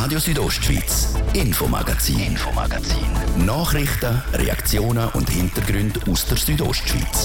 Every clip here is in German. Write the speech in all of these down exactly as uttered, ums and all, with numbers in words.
Radio Südostschweiz, Infomagazin. Infomagazin. Nachrichten, Reaktionen und Hintergründe aus der Südostschweiz.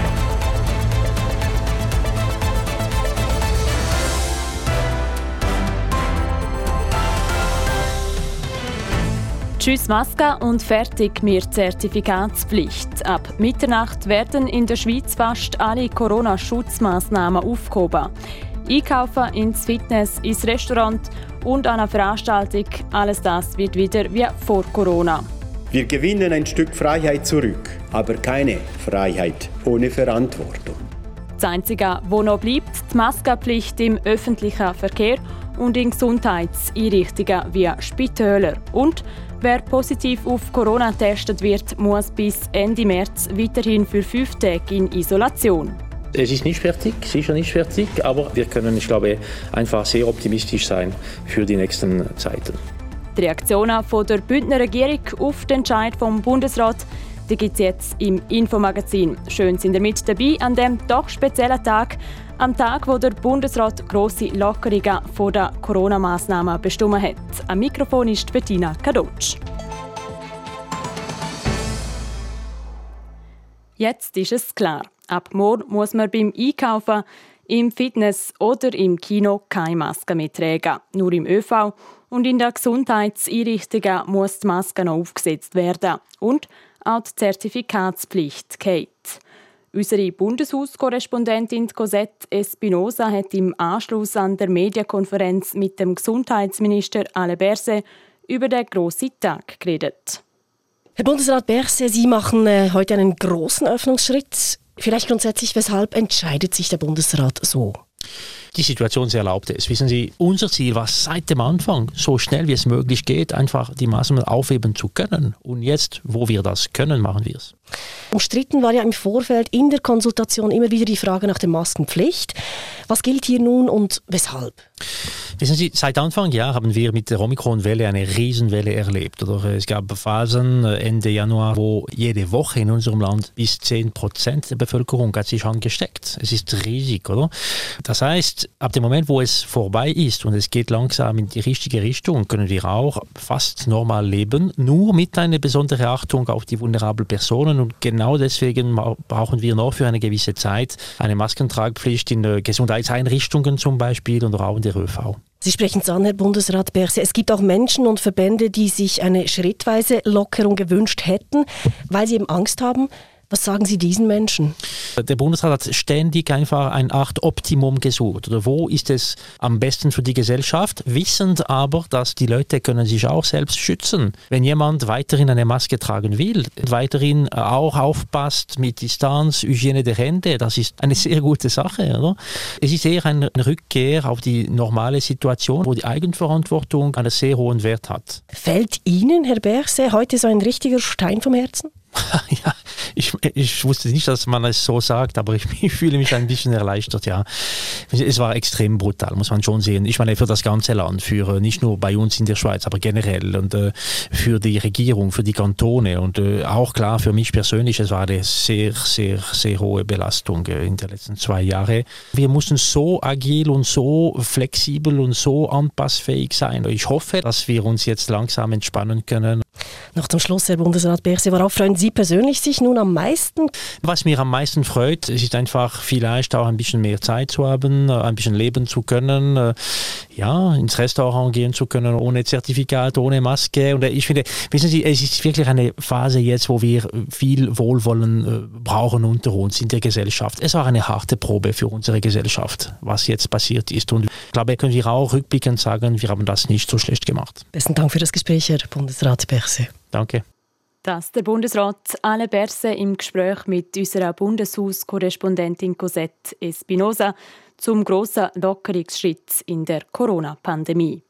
Tschüss Maske und fertig mit Zertifikatspflicht. Ab Mitternacht werden in der Schweiz fast alle Corona-Schutzmaßnahmen aufgehoben. Einkaufen, ins Fitness, ins Restaurant und an einer Veranstaltung, alles das wird wieder wie vor Corona. Wir gewinnen ein Stück Freiheit zurück, aber keine Freiheit ohne Verantwortung. Das Einzige, was noch bleibt, die Maskenpflicht im öffentlichen Verkehr und in Gesundheitseinrichtungen wie Spitäler. Und wer positiv auf Corona getestet wird, muss bis Ende März weiterhin für fünf Tage in Isolation. Es ist nicht fertig, sicher nicht fertig, aber wir können, ich glaube, einfach sehr optimistisch sein für die nächsten Zeiten. Die Reaktionen von der Bündner Regierung auf den Entscheid vom Bundesrat die gibt es jetzt im Infomagazin. Schön sind ihr mit dabei an dem doch speziellen Tag, am Tag, wo der Bundesrat grosse Lockerungen von der Corona-Massnahmen bestimmt hat. Am Mikrofon ist Bettina Kadotsch. Jetzt ist es klar. Ab morgen muss man beim Einkaufen, im Fitness oder im Kino keine Maske mehr tragen. Nur im ÖV und in den Gesundheitseinrichtungen muss die Maske noch aufgesetzt werden. Und auch die Zertifikatspflicht geht. Unsere Bundeshauskorrespondentin Cosette Espinosa hat im Anschluss an der Medienkonferenz mit dem Gesundheitsminister Alain Berset über den grossen Tag geredet. Herr Bundesrat Berset, Sie machen äh, heute einen großen Öffnungsschritt. Vielleicht grundsätzlich, weshalb entscheidet sich der Bundesrat so? Die Situation erlaubte es. Wissen Sie, unser Ziel war seit dem Anfang, so schnell wie es möglich geht, einfach die Maßnahmen aufheben zu können. Und jetzt, wo wir das können, machen wir es. Umstritten war ja im Vorfeld in der Konsultation immer wieder die Frage nach der Maskenpflicht. Was gilt hier nun und weshalb? Wissen Sie, seit Anfang Jahr haben wir mit der Omikron-Welle eine Riesenwelle erlebt. Oder es gab Phasen Ende Januar, wo jede Woche in unserem Land bis zehn Prozent der Bevölkerung hat sich angesteckt. Es ist riesig, oder? Das heißt, ab dem Moment, wo es vorbei ist und es geht langsam in die richtige Richtung, können wir auch fast normal leben, nur mit einer besonderen Achtung auf die vulnerablen Personen. Und genau deswegen brauchen wir noch für eine gewisse Zeit eine Maskentragpflicht in Gesundheitseinrichtungen zum Beispiel und auch in der ÖV. Sie sprechen es an, Herr Bundesrat Berset. Es gibt auch Menschen und Verbände, die sich eine schrittweise Lockerung gewünscht hätten, weil sie eben Angst haben. Was sagen Sie diesen Menschen? Der Bundesrat hat ständig einfach eine Art Optimum gesucht. Oder wo ist es am besten für die Gesellschaft? Wissend aber, dass die Leute können sich auch selbst schützen. Wenn jemand weiterhin eine Maske tragen will, weiterhin auch aufpasst mit Distanz, Hygiene der Hände, das ist eine sehr gute Sache. Oder? Es ist eher eine Rückkehr auf die normale Situation, wo die Eigenverantwortung einen sehr hohen Wert hat. Fällt Ihnen, Herr Berset, heute so ein richtiger Stein vom Herzen? Ja, ich, ich wusste nicht, dass man es so sagt, aber ich, ich fühle mich ein bisschen erleichtert, ja. Es war extrem brutal, muss man schon sehen. Ich meine, für das ganze Land, für nicht nur bei uns in der Schweiz, aber generell und äh, für die Regierung, für die Kantone und äh, auch klar für mich persönlich, es war eine sehr, sehr, sehr hohe Belastung äh, in den letzten zwei Jahren. Wir mussten so agil und so flexibel und so anpassfähig sein. Ich hoffe, dass wir uns jetzt langsam entspannen können. Noch zum Schluss, Herr Bundesrat Berset, worauf freuen Sie persönlich sich nun am meisten? Was mir am meisten freut, ist einfach vielleicht auch ein bisschen mehr Zeit zu haben, ein bisschen leben zu können, ja, ins Restaurant gehen zu können, ohne Zertifikat, ohne Maske. Und ich finde, wissen Sie, es ist wirklich eine Phase jetzt, wo wir viel Wohlwollen brauchen unter uns in der Gesellschaft. Es war eine harte Probe für unsere Gesellschaft, was jetzt passiert ist. Und ich glaube, können wir auch rückblickend sagen, wir haben das nicht so schlecht gemacht. Besten Dank für das Gespräch, Herr Bundesrat Berset. Danke. Das der Bundesrat Alain Berset im Gespräch mit unserer Bundeshauskorrespondentin Cosette Espinosa zum grossen Lockerungsschritt in der Corona-Pandemie.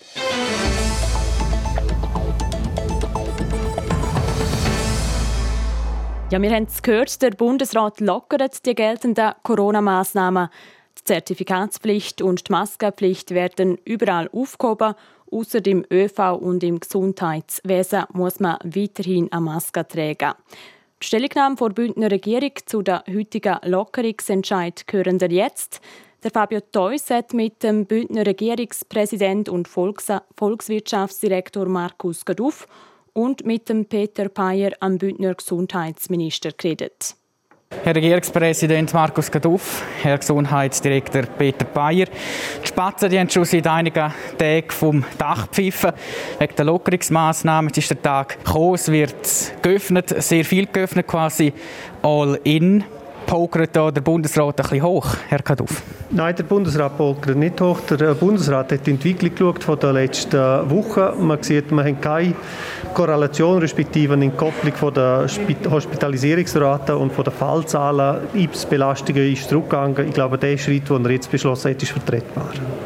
Ja, wir haben es gehört, der Bundesrat lockert die geltenden Corona-Massnahmen. Die Zertifikatspflicht und die Maskenpflicht werden überall aufgehoben. Ausser im ÖV und im Gesundheitswesen muss man weiterhin eine Maske tragen. Die Stellungnahme der Bündner Regierung zu den heutigen Lockerungsentscheid hören wir jetzt. Der Fabio Theus hat mit dem Bündner Regierungspräsident und Volks- Volkswirtschaftsdirektor Markus Gaduff und mit dem Peter Payer, am Bündner Gesundheitsminister, geredet. Herr Regierungspräsident Markus Gaduff, Herr Gesundheitsdirektor Peter Payer. Die Spatzen die haben schon seit einigen Tagen vom Dach gepfiffen wegen der Lockerungsmaßnahmen. Es ist der Tag gekommen, es wird geöffnet, sehr viel geöffnet, quasi all in. Pokert da der Bundesrat ein bisschen hoch, Herr Gaduff? Nein, der Bundesrat pokert nicht hoch. Der Bundesrat hat die Entwicklung geschaut von der letzten Woche. Man sieht, wir haben keine Korrelation, respektive eine Entkopplung von der Hospitalisierungsrate und von den Fallzahlen. I P S-Belastungen ist zurückgegangen. Ich glaube, der Schritt, den er jetzt beschlossen hat, ist vertretbar.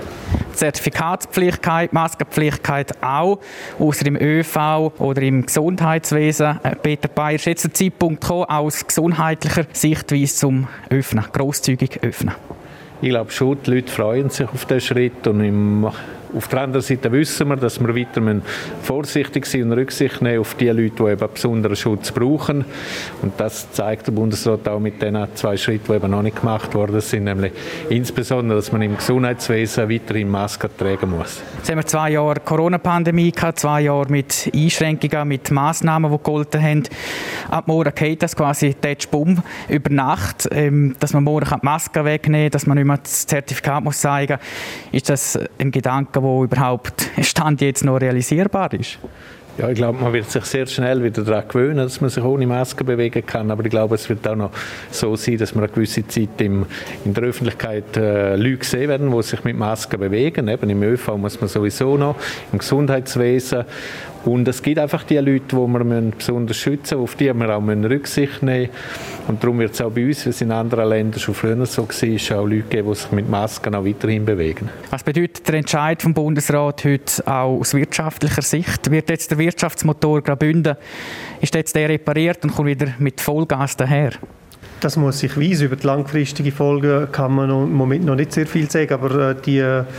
Zertifikatspflichtkeit, Maskenpflichtkeit auch, außer im Ö V oder im Gesundheitswesen. Peter Payer, ist jetzt der Zeitpunkt gekommen, aus gesundheitlicher Sichtweise zum Öffnen, grosszügig öffnen? Ich glaube schon, die Leute freuen sich auf diesen Schritt und im Auf der anderen Seite wissen wir, dass wir weiter vorsichtig sein und Rücksicht nehmen auf die Leute, die eben besonderen Schutz brauchen. Und das zeigt der Bundesrat auch mit den zwei Schritten, die eben noch nicht gemacht worden sind, nämlich insbesondere, dass man im Gesundheitswesen weiterhin Masken tragen muss. Jetzt haben wir zwei Jahre Corona-Pandemie gehabt, zwei Jahre mit Einschränkungen, mit Massnahmen, die gegolten haben. Ab morgen geht das quasi tätsch bumm über Nacht, ähm, dass man morgen die Masken wegnehmen kann, dass man nicht mehr das Zertifikat muss zeigen muss. Ist das ein Gedanke, wo überhaupt Stand jetzt noch realisierbar ist? Ja, ich glaube, man wird sich sehr schnell wieder daran gewöhnen, dass man sich ohne Maske bewegen kann. Aber ich glaube, es wird auch noch so sein, dass wir eine gewisse Zeit im, in der Öffentlichkeit äh, Leute sehen werden, die sich mit Masken bewegen. Eben im Ö V muss man sowieso noch, im Gesundheitswesen. Und es gibt einfach die Leute, die wir besonders schützen müssen, auf die wir auch Rücksicht nehmen müssen. Und darum wird es auch bei uns, wie es in anderen Ländern schon früher so war, auch Leute geben, die sich mit Masken auch weiterhin bewegen. Was bedeutet der Entscheid vom Bundesrat heute auch aus wirtschaftlicher Sicht? Wird jetzt der Wirtschaftsmotor Graubünden, ist jetzt der repariert und kommt wieder mit Vollgas daher? Das muss sich weisen. Über die langfristige Folgen kann man im Moment noch nicht sehr viel sagen, aber die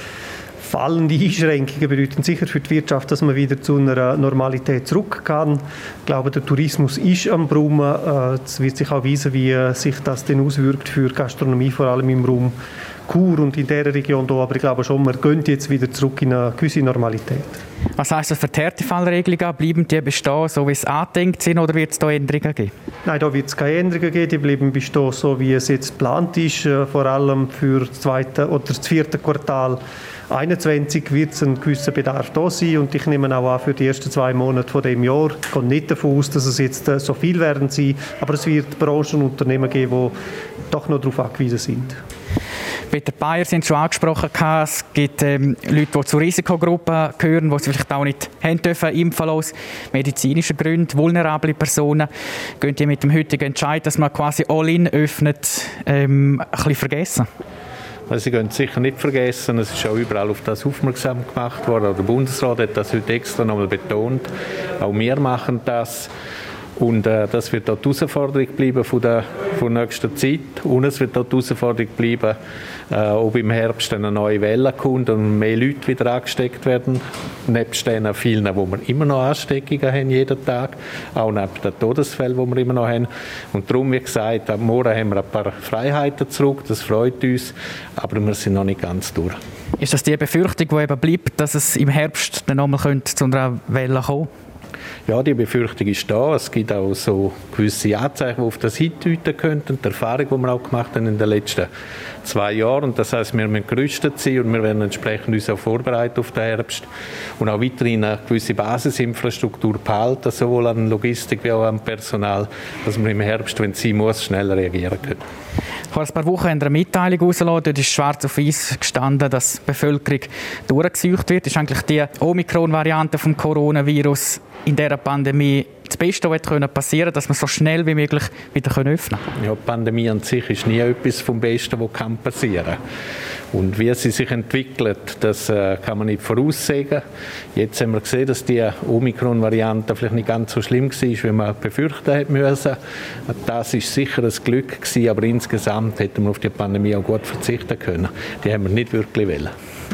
fallende Einschränkungen bedeuten sicher für die Wirtschaft, dass man wieder zu einer Normalität zurück kann. Ich glaube, der Tourismus ist am Brummen. Es wird sich auch weisen, wie sich das denn auswirkt für Gastronomie, vor allem im Raum Chur und in dieser Region hier. Aber ich glaube schon, wir gehen jetzt wieder zurück in eine gewisse Normalität. Was heisst das für die Härtefallregelungen? Bleiben die bestehen, so wie es angedenkt sind, oder wird es da Änderungen geben? Nein, da wird es keine Änderungen geben. Die bleiben bestehen, so wie es jetzt geplant ist. Vor allem für das zweite oder das vierte Quartal einundzwanzig wird es ein gewisser Bedarf da sein und ich nehme auch an, für die ersten zwei Monate von dem Jahr. Ich gehe nicht davon aus, dass es jetzt so viel werden sein, aber es wird Branchen und Unternehmen geben, die doch noch darauf angewiesen sind. Peter Payer sind schon angesprochen. Es gibt ähm, Leute, die zur Risikogruppe gehören, die sie vielleicht auch nicht haben dürfen, impfen aus medizinischen Gründen, vulnerable Personen. Gehen die mit dem heutigen Entscheid, dass man quasi all-in öffnet, ähm, ein bisschen vergessen? Also Sie können sicher nicht vergessen, es ist auch überall auf das aufmerksam gemacht worden. Der Bundesrat hat das heute extra nochmal betont. Auch wir machen das. Und äh, das wird auch die Herausforderung bleiben von der, von der nächsten Zeit. Und es wird auch die Herausforderung bleiben, äh, ob im Herbst eine neue Welle kommt und mehr Leute wieder angesteckt werden. Nebst den vielen, wo wir immer noch Ansteckungen haben, jeden Tag. Auch neben den Todesfällen, die wir immer noch haben. Und darum, wie gesagt, am Morgen haben wir ein paar Freiheiten zurück. Das freut uns. Aber wir sind noch nicht ganz durch. Ist das die Befürchtung, die eben bleibt, dass es im Herbst dann nochmal zu einer Welle kommen könnte? Ja, die Befürchtung ist da. Es gibt auch so gewisse Anzeichen, die auf das hindeuten könnten. Die Erfahrung, die wir auch gemacht haben in den letzten zwei Jahren. Und das heisst, wir müssen gerüstet sein und wir werden entsprechend uns auch vorbereiten auf den Herbst. Und auch weiterhin eine gewisse Basisinfrastruktur behalten, sowohl an Logistik wie auch an Personal, dass wir im Herbst, wenn es sein muss, schneller reagieren können. Vor ein paar Wochen haben wir eine Mitteilung rausgelassen, dort ist schwarz auf weiß gestanden, dass die Bevölkerung durchgesucht wird. Das ist eigentlich die Omikron-Variante des Coronavirus in dieser Pandemie das Beste, was passieren könnte, dass wir so schnell wie möglich wieder öffnen können? Ja, die Pandemie an sich ist nie etwas vom Besten, was passieren kann. Und wie sie sich entwickelt, das äh, kann man nicht voraussagen. Jetzt haben wir gesehen, dass die Omikron-Variante vielleicht nicht ganz so schlimm war, wie man befürchten hätte müssen. Das ist sicher ein Glück gewesen, aber insgesamt hätten wir auf die Pandemie auch gut verzichten können. Die haben wir nicht wirklich wollen.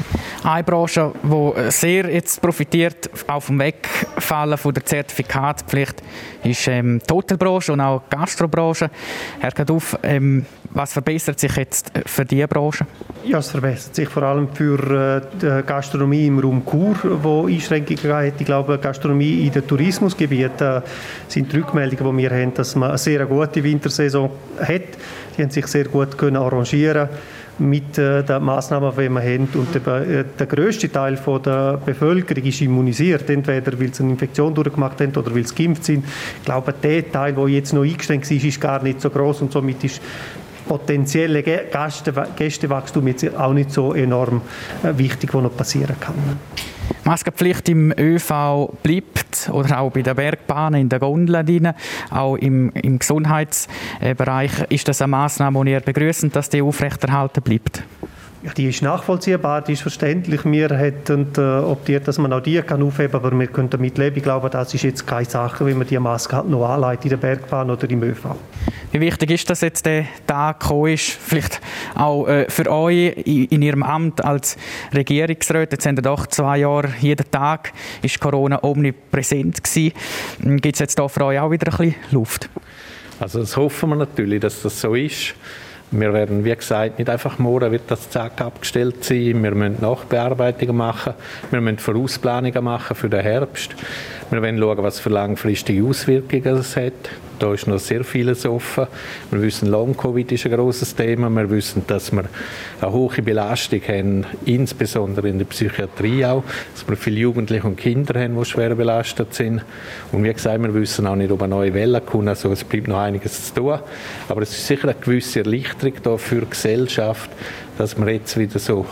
Eine Branche, die sehr jetzt profitiert, auch vom Wegfallen von der Zertifikatspflicht, ist ähm, die Hotelbranche und auch die Gastrobranche. Herr Kaduff, ähm, was verbessert sich jetzt für diese Branche? Ja, es verbessert sich vor allem für äh, die Gastronomie im Raum Chur, wo Einschränkungen hat. Ich glaube, Gastronomie in den Tourismusgebieten äh, sind die Rückmeldungen, die wir haben, dass man eine sehr gute Wintersaison hat. Die haben sich sehr gut können arrangieren mit äh, den Massnahmen, die wir haben. Und der, äh, der grösste Teil von der Bevölkerung ist immunisiert, entweder weil sie eine Infektion durchgemacht haben oder weil sie geimpft sind. Ich glaube, der Teil, der jetzt noch eingeschränkt ist, ist gar nicht so groß und somit ist potenzielle Gästewachstum jetzt auch nicht so enorm wichtig, was noch passieren kann. Maskenpflicht im ÖV bleibt oder auch bei den Bergbahnen, in den Gondeln drin, auch im, im Gesundheitsbereich. Ist das eine Massnahme, die ihr begrüßt, dass die aufrechterhalten bleibt? Ja, die ist nachvollziehbar, die ist verständlich. Wir hätten äh, optiert, dass man auch die kann aufheben kann, aber wir können damit leben. Ich glaube, das ist jetzt keine Sache, wenn man die Maske halt noch anlegt in der Bergbahn oder im ÖV. Wie wichtig ist, dass jetzt der Tag gekommen ist, vielleicht auch äh, für euch in, in Ihrem Amt als Regierungsrat? Jetzt haben wir doch zwei Jahre, jeden Tag ist Corona omnipräsent gewesen. Gibt es jetzt da für euch auch wieder ein bisschen Luft? Also das hoffen wir natürlich, dass das so ist. Wir werden, wie gesagt, nicht einfach morgen wird das Zack abgestellt sein. Wir müssen Nachbearbeitungen machen. Wir müssen Vorausplanungen machen für den Herbst. Wir werden schauen, was für langfristige Auswirkungen es hat. Da ist noch sehr vieles offen. Wir wissen, Long-Covid ist ein grosses Thema. Wir wissen, dass wir eine hohe Belastung haben, insbesondere in der Psychiatrie auch. Dass wir viele Jugendliche und Kinder haben, die schwer belastet sind. Und wie gesagt, wir wissen auch nicht, ob eine neue Welle kommt. Also es bleibt noch einiges zu tun. Aber es ist sicher eine gewisse Erleichterung da für die Gesellschaft, dass wir jetzt wieder so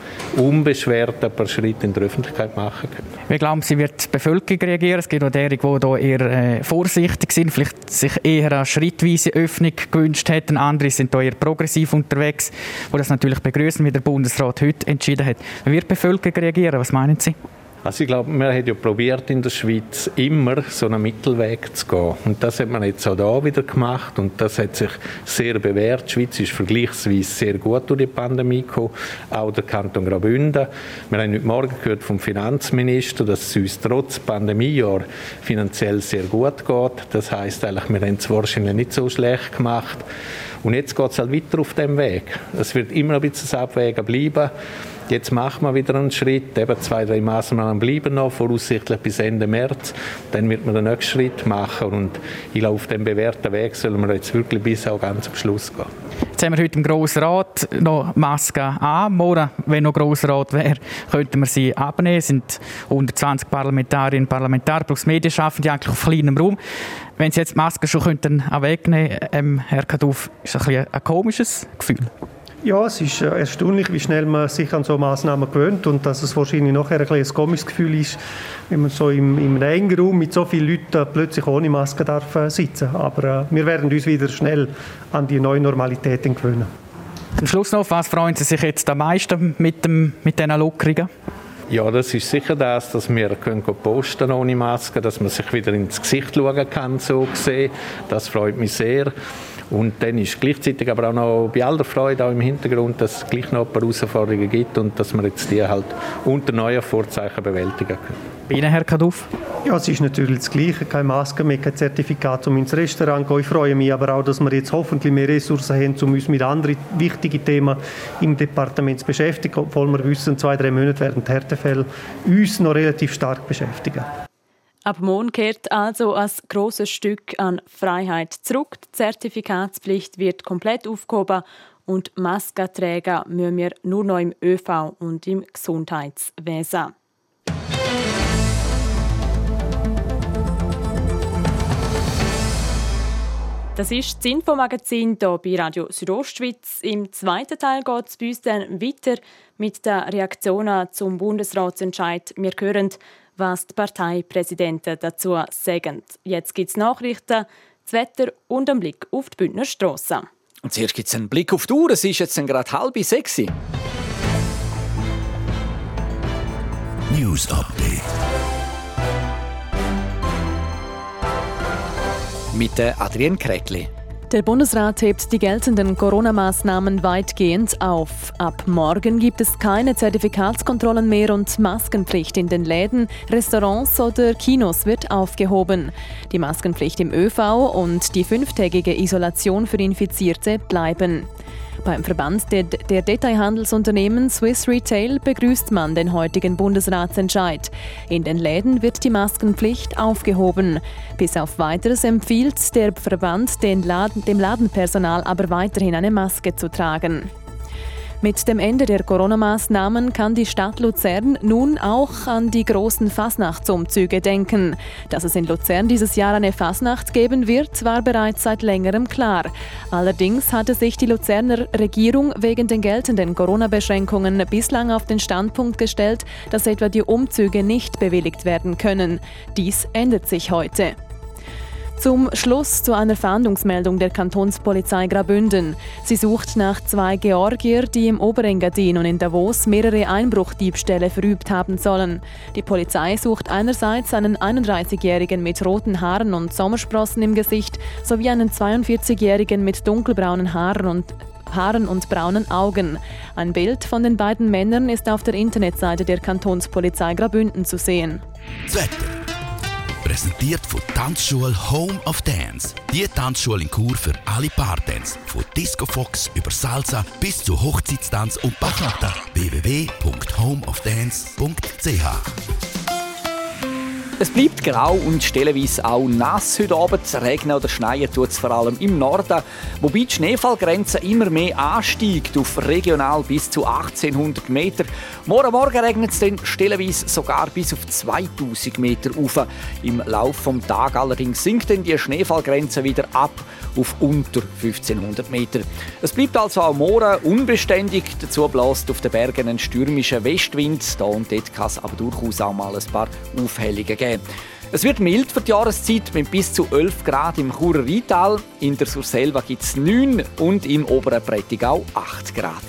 unbeschwert ein paar Schritte in der Öffentlichkeit machen können. Wie glauben Sie, wird die Bevölkerung reagieren? Es gibt auch diejenigen, die hier eher äh, vorsichtig sind, vielleicht sich eher eine schrittweise Öffnung gewünscht hätten. Andere sind hier eher progressiv unterwegs, die das natürlich begrüßen, wie der Bundesrat heute entschieden hat. Wie wird die Bevölkerung reagieren? Was meinen Sie? Also ich glaube, man hat ja probiert in der Schweiz immer so einen Mittelweg zu gehen. Und das hat man jetzt auch da wieder gemacht und das hat sich sehr bewährt. Die Schweiz ist vergleichsweise sehr gut durch die Pandemie gekommen, auch der Kanton Graubünden. Wir haben heute Morgen gehört vom Finanzminister, dass es uns trotz Pandemiejahr finanziell sehr gut geht. Das heisst eigentlich, wir haben es wahrscheinlich nicht so schlecht gemacht. Und jetzt geht es halt weiter auf dem Weg. Es wird immer ein bisschen das Abwägen bleiben. Jetzt machen wir wieder einen Schritt, eben zwei, drei Massnahmen bleiben noch, voraussichtlich bis Ende März. Dann wird man den nächsten Schritt machen und ich glaube, auf dem bewährten Weg sollen wir jetzt wirklich bis auch ganz am Schluss gehen. Jetzt haben wir heute im Grossen Rat noch Masken an. Morgen, wenn noch Grossrat wäre, könnten wir sie abnehmen. Es sind hundertzwanzig Parlamentarierinnen und Parlamentarier plus Medienschaffende, die eigentlich auf kleinem Raum. Wenn Sie jetzt die Masken schon könnten wegnehmen könnten, ähm, Herr Kaduff, ist das ein, bisschen ein komisches Gefühl? Ja, es ist erstaunlich, wie schnell man sich an so Massnahmen gewöhnt und dass es wahrscheinlich nachher ein, ein komisches Gefühl ist, wenn man so im, im engen Raum mit so vielen Leuten plötzlich ohne Maske darf äh, sitzen. Aber äh, wir werden uns wieder schnell an die neue Normalität gewöhnen. Zum Schluss noch, was freuen Sie sich jetzt am meisten mit, dem, mit diesen Lockerungen? Ja, das ist sicher das, dass wir können posten ohne Maske, dass man sich wieder ins Gesicht schauen kann, so gesehen. Das freut mich sehr. Und dann ist gleichzeitig aber auch noch bei aller Freude auch im Hintergrund, dass es gleich noch ein paar Herausforderungen gibt und dass wir jetzt die halt unter neuen Vorzeichen bewältigen können. Bei Ihnen, Herr Kaduff? Ja, es ist natürlich das Gleiche. Keine Maske mehr, kein Zertifikat, um ins Restaurant zu gehen. Ich freue mich aber auch, dass wir jetzt hoffentlich mehr Ressourcen haben, um uns mit anderen wichtigen Themen im Departement zu beschäftigen. Obwohl wir wissen, zwei, drei Monate werden die Härtefälle uns noch relativ stark beschäftigen. Ab morgen kehrt also ein grosses Stück an Freiheit zurück. Die Zertifikatspflicht wird komplett aufgehoben und Masken tragen müssen wir nur noch im ÖV und im Gesundheitswesen. Das ist das Infomagazin hier bei Radio Südostschweiz. Im zweiten Teil geht es bei uns dann weiter mit den Reaktionen zum Bundesratsentscheid. Wir hören, was die Parteipräsidenten dazu sagen. Jetzt gibt es Nachrichten, das Wetter und einen Blick auf die Bündner Strasse. Und zuerst gibt es einen Blick auf die Uhr. Es ist jetzt gerade halb sechs. News Update. Mit Adrienne Kretli. Der Bundesrat hebt die geltenden Corona-Maßnahmen weitgehend auf. Ab morgen gibt es keine Zertifikatskontrollen mehr und Maskenpflicht in den Läden, Restaurants oder Kinos wird aufgehoben. Die Maskenpflicht im ÖV und die fünftägige Isolation für Infizierte bleiben. Beim Verband der, der Detailhandelsunternehmen Swiss Retail begrüßt man den heutigen Bundesratsentscheid. In den Läden wird die Maskenpflicht aufgehoben. Bis auf Weiteres empfiehlt der Verband den Laden, dem Ladenpersonal aber weiterhin eine Maske zu tragen. Mit dem Ende der Corona-Maßnahmen kann die Stadt Luzern nun auch an die großen Fasnachtsumzüge denken. Dass es in Luzern dieses Jahr eine Fasnacht geben wird, war bereits seit längerem klar. Allerdings hatte sich die Luzerner Regierung wegen den geltenden Corona-Beschränkungen bislang auf den Standpunkt gestellt, dass etwa die Umzüge nicht bewilligt werden können. Dies ändert sich heute. Zum Schluss zu einer Fahndungsmeldung der Kantonspolizei Graubünden. Sie sucht nach zwei Georgier, die im Oberengadin und in Davos mehrere Einbruchdiebstähle verübt haben sollen. Die Polizei sucht einerseits einen einunddreißigjährigen mit roten Haaren und Sommersprossen im Gesicht sowie einen zweiundvierzigjährigen mit dunkelbraunen Haaren und Haaren und braunen Augen. Ein Bild von den beiden Männern ist auf der Internetseite der Kantonspolizei Graubünden zu sehen. Das Wetter. Präsentiert von Tanzschule Home of Dance. Die Tanzschule in Chur für alle Partens. Von Disco Fox über Salsa bis zu Hochzeitstanz und Bachata. w w w punkt home of dance punkt c h Es bleibt grau und stellenweise auch nass heute Abend. Regnen oder schneien tut es vor allem im Norden. Wobei die Schneefallgrenze immer mehr ansteigt, auf regional bis zu achtzehnhundert Meter. Morgen Morgen regnet es dann stellenweise sogar bis auf zweitausend Meter rauf. Im Laufe des Tages allerdings sinkt dann die Schneefallgrenze wieder ab auf unter fünfzehnhundert Meter. Es bleibt also auch morgen unbeständig. Dazu bläst auf den Bergen ein stürmischer Westwind. Da und dort kann es aber durchaus auch mal ein paar Aufhellungen geben. Es wird mild für die Jahreszeit mit bis zu elf Grad im Churer Rheintal. In der Surselva gibt es neun und im oberen Prättigau acht Grad.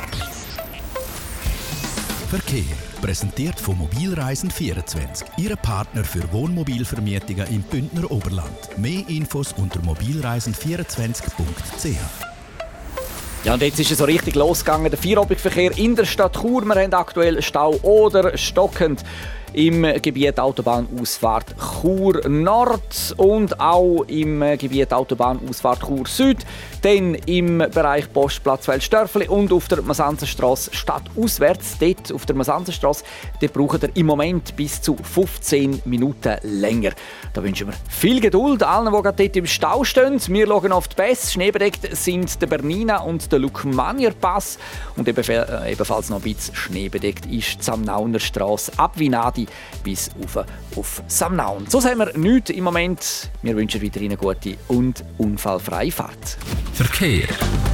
Verkehr. Präsentiert von Mobilreisen vierundzwanzig. Ihr Partner für Wohnmobilvermietungen im Bündner Oberland. Mehr Infos unter mobilreisen vierundzwanzig punkt c h. Ja, und jetzt ist es so richtig losgegangen. Der Feierabendverkehr in der Stadt Chur. Wir haben aktuell Stau oder stockend im Gebiet Autobahnausfahrt Chur Nord und auch im Gebiet Autobahnausfahrt Chur Süd, dann im Bereich Postplatz Welsdörfli und auf der Masanzerstrasse stadtauswärts. Dort auf der Masanzerstrasse braucht ihr im Moment bis zu fünfzehn Minuten länger. Da wünschen wir viel Geduld allen, die gerade dort im Stau stehen. Wir schauen auf die Pässe. Schneebedeckt sind der Bernina und der Lukmanier Pass und ebenfalls noch ein bisschen schneebedeckt ist die Samnauner Strasse ab Vinadi bis auf, auf Samnaun. So haben wir nichts im Moment. Wir wünschen weiterhin eine gute und unfallfreie Fahrt. Verkehr.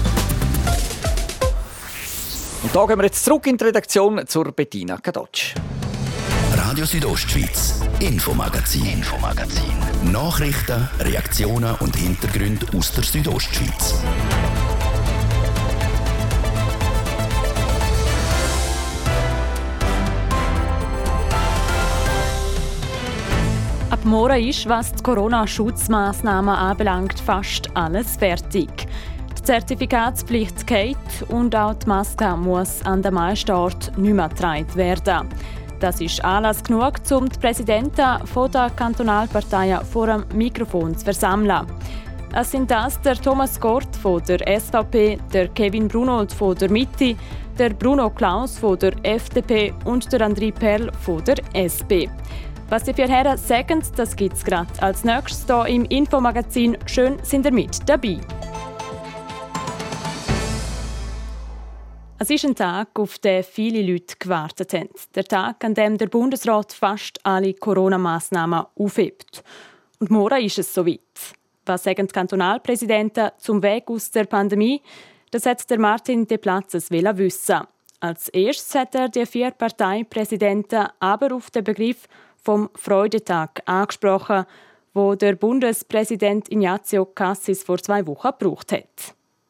Und da gehen wir jetzt zurück in die Redaktion zur Bettina Kadocz. Radio Südostschweiz, Infomagazin. Infomagazin. Nachrichten, Reaktionen und Hintergründe aus der Südostschweiz. Ab morgen ist, was die Corona-Schutzmaßnahmen anbelangt, fast alles fertig. Die Zertifikatspflicht geht und auch die Maske muss an den meisten Orten nicht mehr getragen werden. Das ist Anlass genug, um die Präsidenten der Kantonalparteien vor dem Mikrofon zu versammeln. Es sind das der Thomas Gort von der S V P, der Kevin Brunold von der Mitte, der Bruno Klaus von der F D P und der André Perl von der S P. Was die vier Herren sagen, das gibt es gerade als nächstes hier im Infomagazin. Schön sind ihr mit dabei. Es ist ein Tag, auf den viele Leute gewartet haben. Der Tag, an dem der Bundesrat fast alle Corona-Massnahmen aufhebt. Und morgen ist es soweit. Was sagen die Kantonalpräsidenten zum Weg aus der Pandemie? Das hat der Martin de Platzes wissen. Als erstes hat er die vier Parteipräsidenten aber auf den Begriff vom Freudetag angesprochen, wo der Bundespräsident Ignazio Cassis vor zwei Wochen gebraucht hat.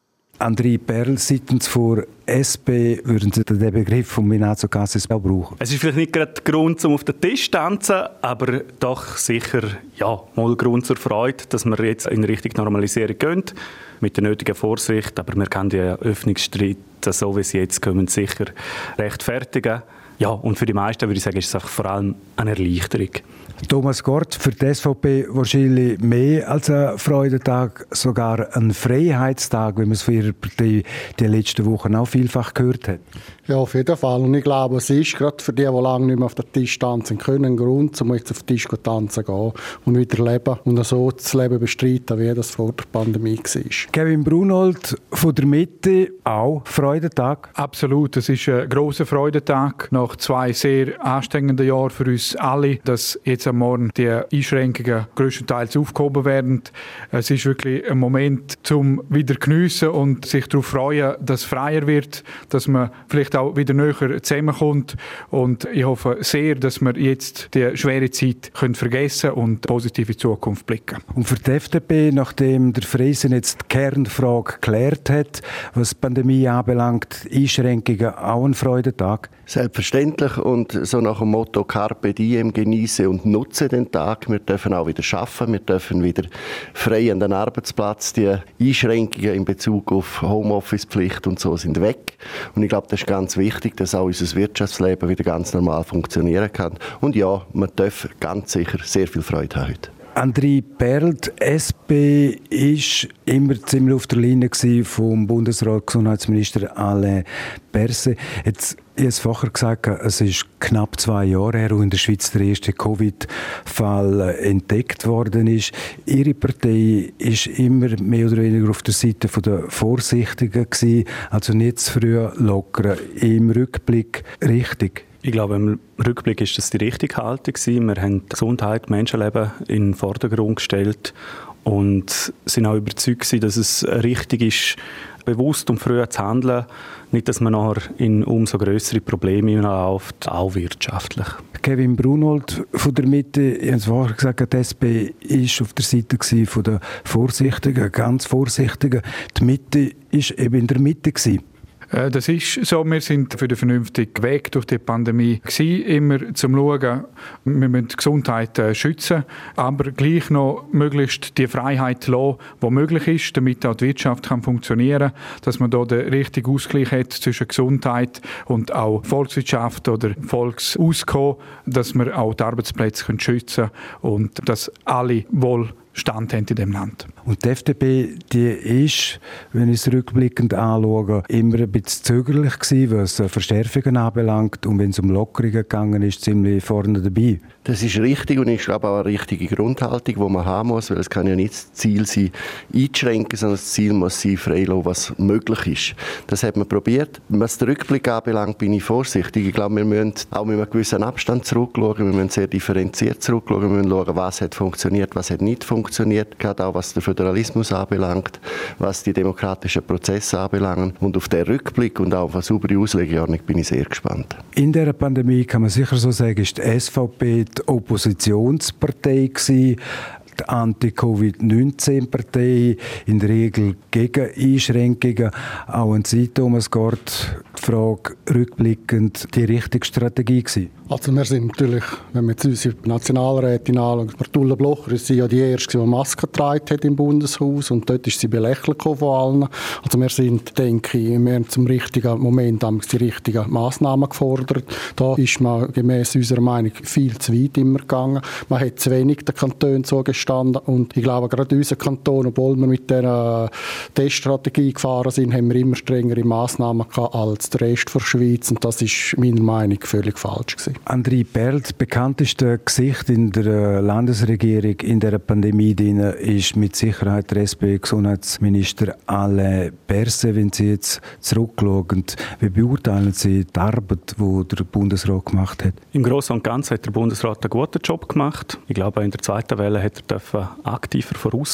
André Perl, seitens von S P, würden Sie den Begriff von Minato Cassis auch brauchen? Es ist vielleicht nicht gerade Grund, um auf den Tisch zu tanzen, aber doch sicher ja, mal Grund zur Freude, dass wir jetzt in Richtung Normalisierung gehen, mit der nötigen Vorsicht. Aber wir können die Öffnungsschritte, so wie sie jetzt kommen, sicher rechtfertigen. Ja, und für die meisten würde ich sagen, ist es vor allem eine Erleichterung. Thomas Gort, für die S V P wahrscheinlich mehr als ein Freudentag, sogar ein Freiheitstag, wie man es von Ihrer Partei die letzten Wochen auch vielfach gehört hat. Ja, auf jeden Fall. Und ich glaube, es ist gerade für die, die lange nicht mehr auf den Tisch tanzen können, ein Grund, um jetzt auf den Tisch tanzen zu gehen und wieder leben und so das Leben bestreiten, wie das vor der Pandemie war. Kevin Brunold von der Mitte, auch Freudentag? Absolut, es ist ein grosser Freudentag nach zwei sehr anstrengenden Jahren für uns alle, dass jetzt am Morgen die Einschränkungen grösstenteils aufgehoben werden. Es ist wirklich ein Moment zum wieder geniessen und sich darauf freuen, dass es freier wird, dass man vielleicht auch wieder näher zusammenkommt. Und ich hoffe sehr, dass wir jetzt die schwere Zeit können vergessen und positiv in die Zukunft blicken. Und für die F D P, nachdem der Friesen jetzt die Kernfrage geklärt hat, was die Pandemie anbelangt, Einschränkungen auch ein Freudentag? Selbstverständlich und so nach dem Motto Carpe Diem, genieße und nutze den Tag. Wir dürfen auch wieder arbeiten, wir dürfen wieder frei an den Arbeitsplatz. Die Einschränkungen in Bezug auf Homeoffice-Pflicht und so sind weg. Und ich glaube, das ist ganz wichtig, dass auch unser Wirtschaftsleben wieder ganz normal funktionieren kann. Und ja, wir dürfen ganz sicher sehr viel Freude haben heute. André Perl, die S P war immer ziemlich auf der Linie vom Bundesrat Gesundheitsminister Alain Berset. Jetzt, ich habe es vorher gesagt, es ist knapp zwei Jahre her, wo in der Schweiz der erste Covid-Fall entdeckt worden ist. Ihre Partei ist immer mehr oder weniger auf der Seite der Vorsichtigen gewesen, also nicht zu früh lockern. Im Rückblick richtig? Ich glaube, im Rückblick ist das die richtige Haltung gewesen. Wir haben Gesundheit, Menschenleben in den Vordergrund gestellt und sind auch überzeugt, dass es richtig ist, bewusst und früh zu handeln. Nicht, dass man nachher in umso grössere Probleme hineinläuft, auch wirtschaftlich. Kevin Brunold von der Mitte, ich habe es vorher gesagt, die S P war auf der Seite der Vorsichtigen, ganz Vorsichtigen. Die Mitte war eben in der Mitte gewesen. Das ist so, wir sind für den vernünftigen Weg durch die Pandemie gewesen, immer zum Schauen, wir müssen die Gesundheit schützen, aber gleich noch möglichst die Freiheit lassen, die möglich ist, damit auch die Wirtschaft kann funktionieren kann, dass man da den richtigen Ausgleich hat zwischen Gesundheit und auch Volkswirtschaft oder Volksauskommen, dass wir auch die Arbeitsplätze schützen können und dass alle wohl Stand haben in diesem Land. Und die F D P, die ist, wenn ich es rückblickend anschaue, immer ein bisschen zögerlich gewesen, was Verstärkungen anbelangt. Und wenn es um Lockerungen gegangen ist, ziemlich vorne dabei. Das ist richtig und ich glaube auch eine richtige Grundhaltung, die man haben muss, weil es kann ja nicht das Ziel sein, einzuschränken, sondern das Ziel muss sein, freilassen, was möglich ist. Das hat man probiert. Was den Rückblick anbelangt, bin ich vorsichtig. Ich glaube, wir müssen auch mit einem gewissen Abstand zurückschauen, wir müssen sehr differenziert zurückschauen, wir müssen schauen, was hat funktioniert, was hat nicht funktioniert, gerade auch was den Föderalismus anbelangt, was die demokratischen Prozesse anbelangt. Und auf den Rückblick und auch auf eine saubere Auslegeordnung bin ich sehr gespannt. In dieser Pandemie kann man sicher so sagen, ist die S V P die Oppositionspartei gewesen, die Anti-Covid neunzehn Partei, in der Regel gegen Einschränkungen. Auch an Sie, Thomas Gort, die Frage rückblickend die richtige Strategie gewesen? Also wir sind natürlich, wenn wir jetzt unsere Nationalrätin anschauen, Martulla Blocher ist sie ja die Erste, die Maske getragen hat im Bundeshaus und dort ist sie belächelt von allen. Also wir sind, denke ich, wir haben zum richtigen Moment die richtigen Massnahmen gefordert. Da ist man gemäss unserer Meinung viel zu weit immer gegangen. Man hat zu wenig den Kantonen zugestanden und ich glaube, gerade unser Kanton, obwohl wir mit dieser Teststrategie gefahren sind, haben wir immer strengere Massnahmen gehabt als der Rest der Schweiz und das ist meiner Meinung nach völlig falsch gewesen. André Perl, das bekannteste Gesicht in der Landesregierung in der Pandemie ist mit Sicherheit der S P-Gesundheitsminister Alain Berset. Wenn Sie jetzt zurückschauen, wie beurteilen Sie die Arbeit, die der Bundesrat gemacht hat? Im Großen und Ganzen hat der Bundesrat einen guten Job gemacht. Ich glaube, in der zweiten Welle hat er aktiver vorausgehen.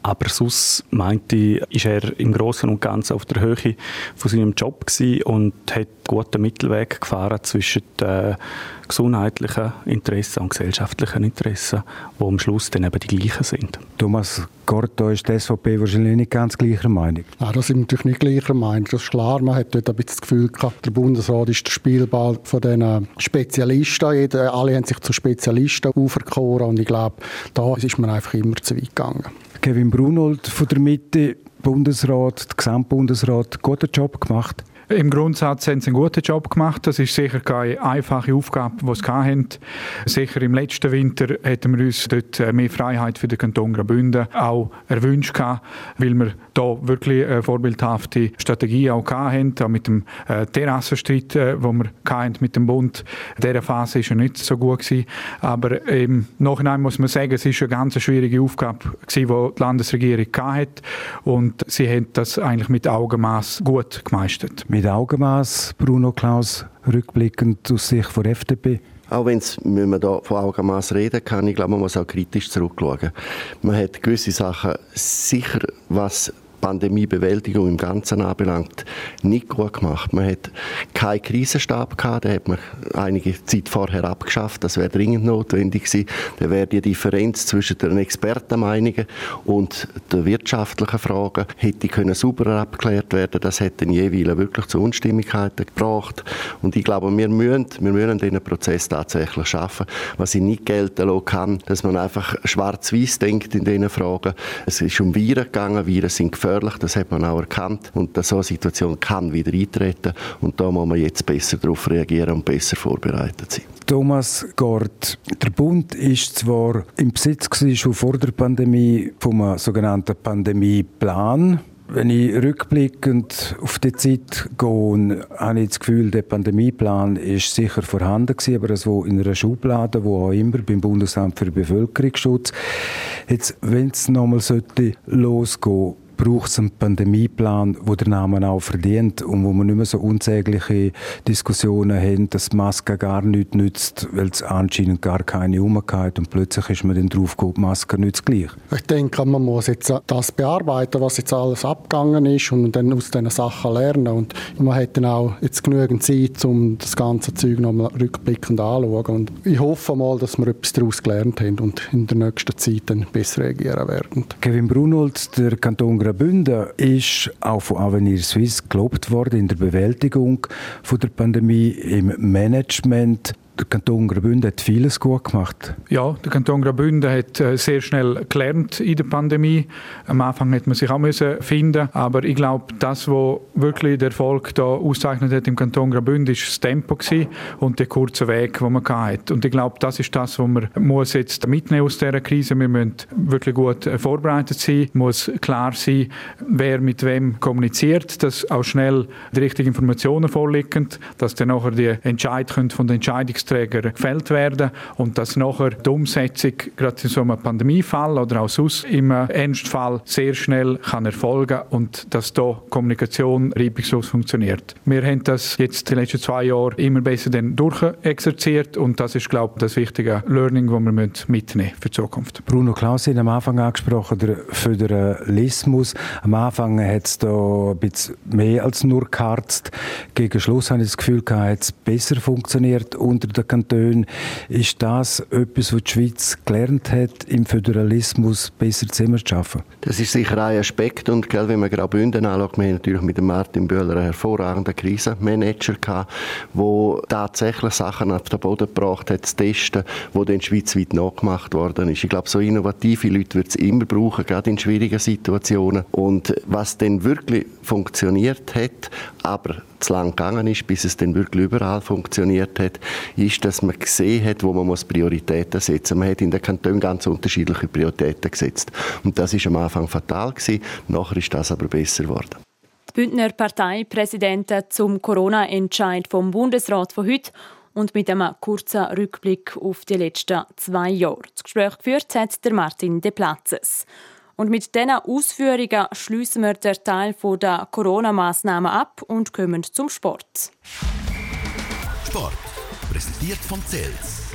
Aber sonst meinte ich, ist er im Großen und Ganzen auf der Höhe von seinem Job gewesen und hat einen guten Mittelweg gefahren zwischen den gesundheitlichen Interessen und gesellschaftlichen Interessen, die am Schluss dann eben die gleichen sind. Thomas Gorto ist die S V P wahrscheinlich nicht ganz gleicher Meinung. Ja, das sind natürlich nicht gleicher Meinung. Das ist klar. Man hat dort ein bisschen das Gefühl gehabt, der Bundesrat ist der Spielball von diesen Spezialisten. Jeder, alle haben sich zu Spezialisten auferkoren und ich glaube, da ist man einfach immer zu weit gegangen. Kevin Brunold von der Mitte, Bundesrat, der Gesamtbundesrat, guten Job gemacht. Im Grundsatz haben sie einen guten Job gemacht. Das ist sicher keine einfache Aufgabe, die sie hatten. Sicher im letzten Winter hätten wir uns dort mehr Freiheit für den Kanton Graubünden auch erwünscht, weil wir da wirklich eine vorbildhafte Strategie auch hatten, auch mit dem Terrassenstreit, den wir hatten mit dem Bund. In dieser Phase war er nicht so gut gewesen. Aber im Nachhinein muss man sagen, es war eine ganz schwierige Aufgabe, die die Landesregierung hatte. Und sie haben das eigentlich mit Augenmaß gut gemeistert. Mit Augenmaß, Bruno Klaus, rückblickend aus Sicht der F D P? Auch wenn man da von Augenmaß reden kann, ich glaube, man muss auch kritisch zurückschauen. Man hat gewisse Sachen sicher, was Pandemiebewältigung im Ganzen anbelangt, nicht gut gemacht. Man hat keinen Krisenstab gehabt, den hat man einige Zeit vorher abgeschafft. Das wäre dringend notwendig gewesen. Dann wäre die Differenz zwischen den Expertenmeinungen und den wirtschaftlichen Fragen hätte können sauberer abgeklärt werden. Das hätte jeweils wirklich zu Unstimmigkeiten gebracht. Und ich glaube, wir müssen, wir müssen diesen Prozess tatsächlich schaffen. Was ich nicht gelten lassen kann, dass man einfach schwarz-weiß denkt in diesen Fragen. Es ist um Viren gegangen, Viren sind gefährlich. Das hat man auch erkannt und so eine Situation kann wieder eintreten und da muss man jetzt besser darauf reagieren und besser vorbereitet sein. Thomas Gort, der Bund ist zwar im Besitz gewesen, schon vor der Pandemie vom sogenannten Pandemieplan. Wenn ich rückblickend auf die Zeit gehe, habe ich das Gefühl, der Pandemieplan ist sicher vorhanden gewesen, aber es war in einer Schublade, wo auch immer beim Bundesamt für Bevölkerungsschutz. Jetzt, wenn es nochmal losgehen sollte, braucht es einen Pandemieplan, der den Namen auch verdient und wo man nicht mehr so unsägliche Diskussionen haben, dass die Maske gar nichts nützt, weil es anscheinend gar keine Umkehrheit und plötzlich ist man dann drauf gekommen, die Maske nützt gleich. Ich denke, man muss jetzt das bearbeiten, was jetzt alles abgegangen ist und dann aus diesen Sachen lernen und man hat dann auch jetzt genügend Zeit, um das ganze Zeug nochmal rückblickend anzuschauen und ich hoffe mal, dass wir etwas daraus gelernt haben und in der nächsten Zeit dann besser reagieren werden. Kevin Brunold, der Kanton Graubünden ist auch von Avenir Suisse gelobt worden in der Bewältigung von der Pandemie, im Management. Der Kanton Graubünden hat vieles gut gemacht. Ja, der Kanton Graubünden hat sehr schnell gelernt in der Pandemie. Am Anfang hat man sich auch müssen finden, aber ich glaube, das, was wirklich der Erfolg da auszeichnet hat im Kanton Graubünden, ist das Tempo gewesen und der kurze Weg, den man hatte. Und ich glaube, das ist das, was man muss jetzt mitnehmen aus dieser Krise. Wir müssen wirklich gut vorbereitet sein, muss klar sein, wer mit wem kommuniziert, dass auch schnell die richtigen Informationen vorliegen, dass dann nachher die Entscheidungen von den Entscheidungsträgern gefällt werden und dass nachher die Umsetzung gerade in so einem Pandemiefall oder auch sonst im Ernstfall sehr schnell kann erfolgen und dass da Kommunikation reibungslos funktioniert. Wir haben das jetzt die letzten zwei Jahre immer besser dann durchexerziert und das ist, glaube ich, das wichtige Learning, das wir mitnehmen für die Zukunft. Bruno Klaus hat am Anfang angesprochen, der Föderalismus. Am Anfang hat es da ein bisschen mehr als nur geharzt. Gegen Schluss habe ich das Gefühl, hat es besser funktioniert unter den Kantonen. Ist das etwas, was die Schweiz gelernt hat, im Föderalismus besser zusammen zu arbeiten? Das ist sicher ein Aspekt. Und gell, wenn man Graubünden anschaut, wir haben natürlich mit dem Martin Böhler einen hervorragenden Krisenmanager gehabt, der tatsächlich Sachen auf den Boden gebracht hat, zu testen, die dann schweizweit nachgemacht worden ist. Ich glaube, so innovative Leute wird es immer brauchen, gerade in schwierigen Situationen. Und was dann wirklich funktioniert hat, aber zu lang gegangen ist, bis es dann wirklich überall funktioniert hat, ist, dass man gesehen hat, wo man Prioritäten setzen muss. Man hat in den Kantonen ganz unterschiedliche Prioritäten gesetzt. Und das war am Anfang fatal gewesen. Nachher ist das aber besser geworden. Die Bündner Parteipräsidenten zum Corona-Entscheid vom Bundesrat von heute und mit einem kurzen Rückblick auf die letzten zwei Jahre. Das Gespräch geführt hat der Martin De Platzes. Und mit diesen Ausführungen schliessen wir den Teil der Corona-Massnahmen ab und kommen zum Sport. Sport, präsentiert von Zels, am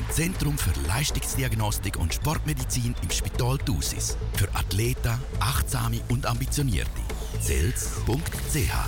Zentrum für Leistungsdiagnostik und Sportmedizin im Spital Thusis. Für Athleten, Achtsame und Ambitionierte. zels punkt c h.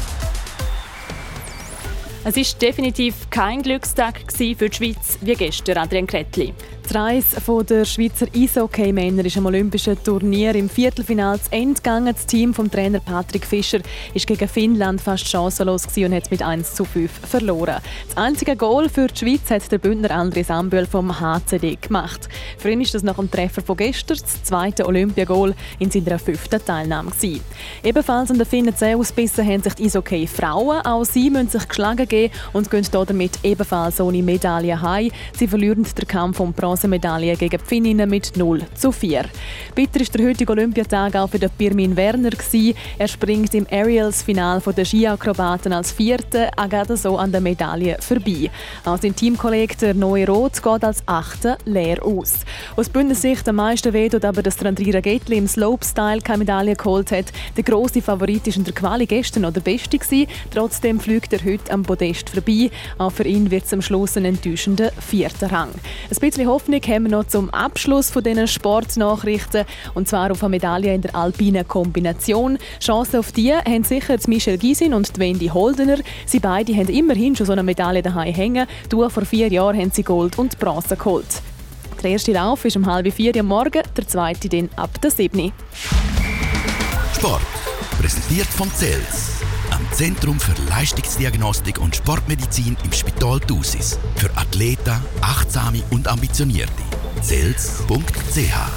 Es war definitiv kein Glückstag für die Schweiz wie gestern, Adrian Kretli. Die Reise der Schweizer Eishockey-Männer ist am Olympischen Turnier im Viertelfinale zu Ende gegangen. Das Team vom Trainer Patrick Fischer war gegen Finnland fast chancenlos und hat mit eins zu fünf verloren. Das einzige Goal für die Schweiz hat der Bündner André Sambühl vom H C D gemacht. Für ihn ist das nach dem Treffer von gestern das zweite Olympiagoal in seiner fünften Teilnahme gewesen. Ebenfalls an den Finnen Zähne ausgebissen haben sich die Eishockey-Frauen. Auch sie müssen sich geschlagen geben und gehen damit ebenfalls ohne Medaille heim. Sie verlieren den Kampf um Bronzemedaille gegen die Finninnen mit null zu vier. Bitter war der heutige Olympiatag auch für den Pirmin Werner gewesen. Er springt im Aerials-Final der Skiakrobaten als Vierter, gerade so an der Medaille vorbei. Auch sein Teamkollege der Noe Roth geht als Achter leer aus. Aus Bündner Sicht am meisten weh tut aber, dass der Andrira Gettli im Slopestyle keine Medaille geholt hat. Der grosse Favorit war in der Quali gestern noch der Beste gewesen. Trotzdem fliegt er heute am Podest vorbei. Auch für ihn wird es am Schluss ein enttäuschender vierter Rang. Ein bisschen Hoffnung haben wir noch zum Abschluss von diesen Sportnachrichten, und zwar auf eine Medaille in der alpinen Kombination. Chancen auf die haben sicher Michelle Gysin und Wendy Holdener. Sie beide haben immerhin schon so eine Medaille daheim hängen. Du, vor vier Jahren haben sie Gold und Bronze geholt. Der erste Lauf ist um halb vier am Morgen, der zweite dann ab der sieben. Sport, präsentiert von Zels. Am Zentrum für Leistungsdiagnostik und Sportmedizin im Spital Thusis. Für Athleten, Achtsame und Ambitionierte. zels punkt c h.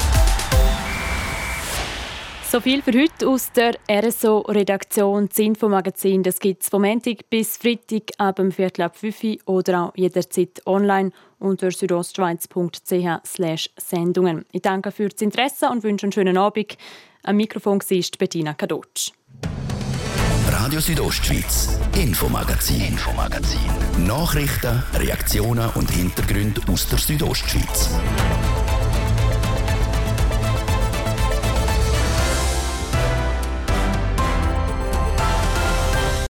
So viel für heute aus der R S O-Redaktion. Das Infomagazin gibt es vom Montag bis Freitag ab dem Viertel ab fünf oder auch jederzeit online unter südostschweiz punkt c h slash Sendungen. Ich danke für das Interesse und wünsche einen schönen Abend. Am Mikrofon war Bettina Kadotsch. Radio Südostschweiz, Infomagazin. Infomagazin. Nachrichten, Reaktionen und Hintergründe aus der Südostschweiz.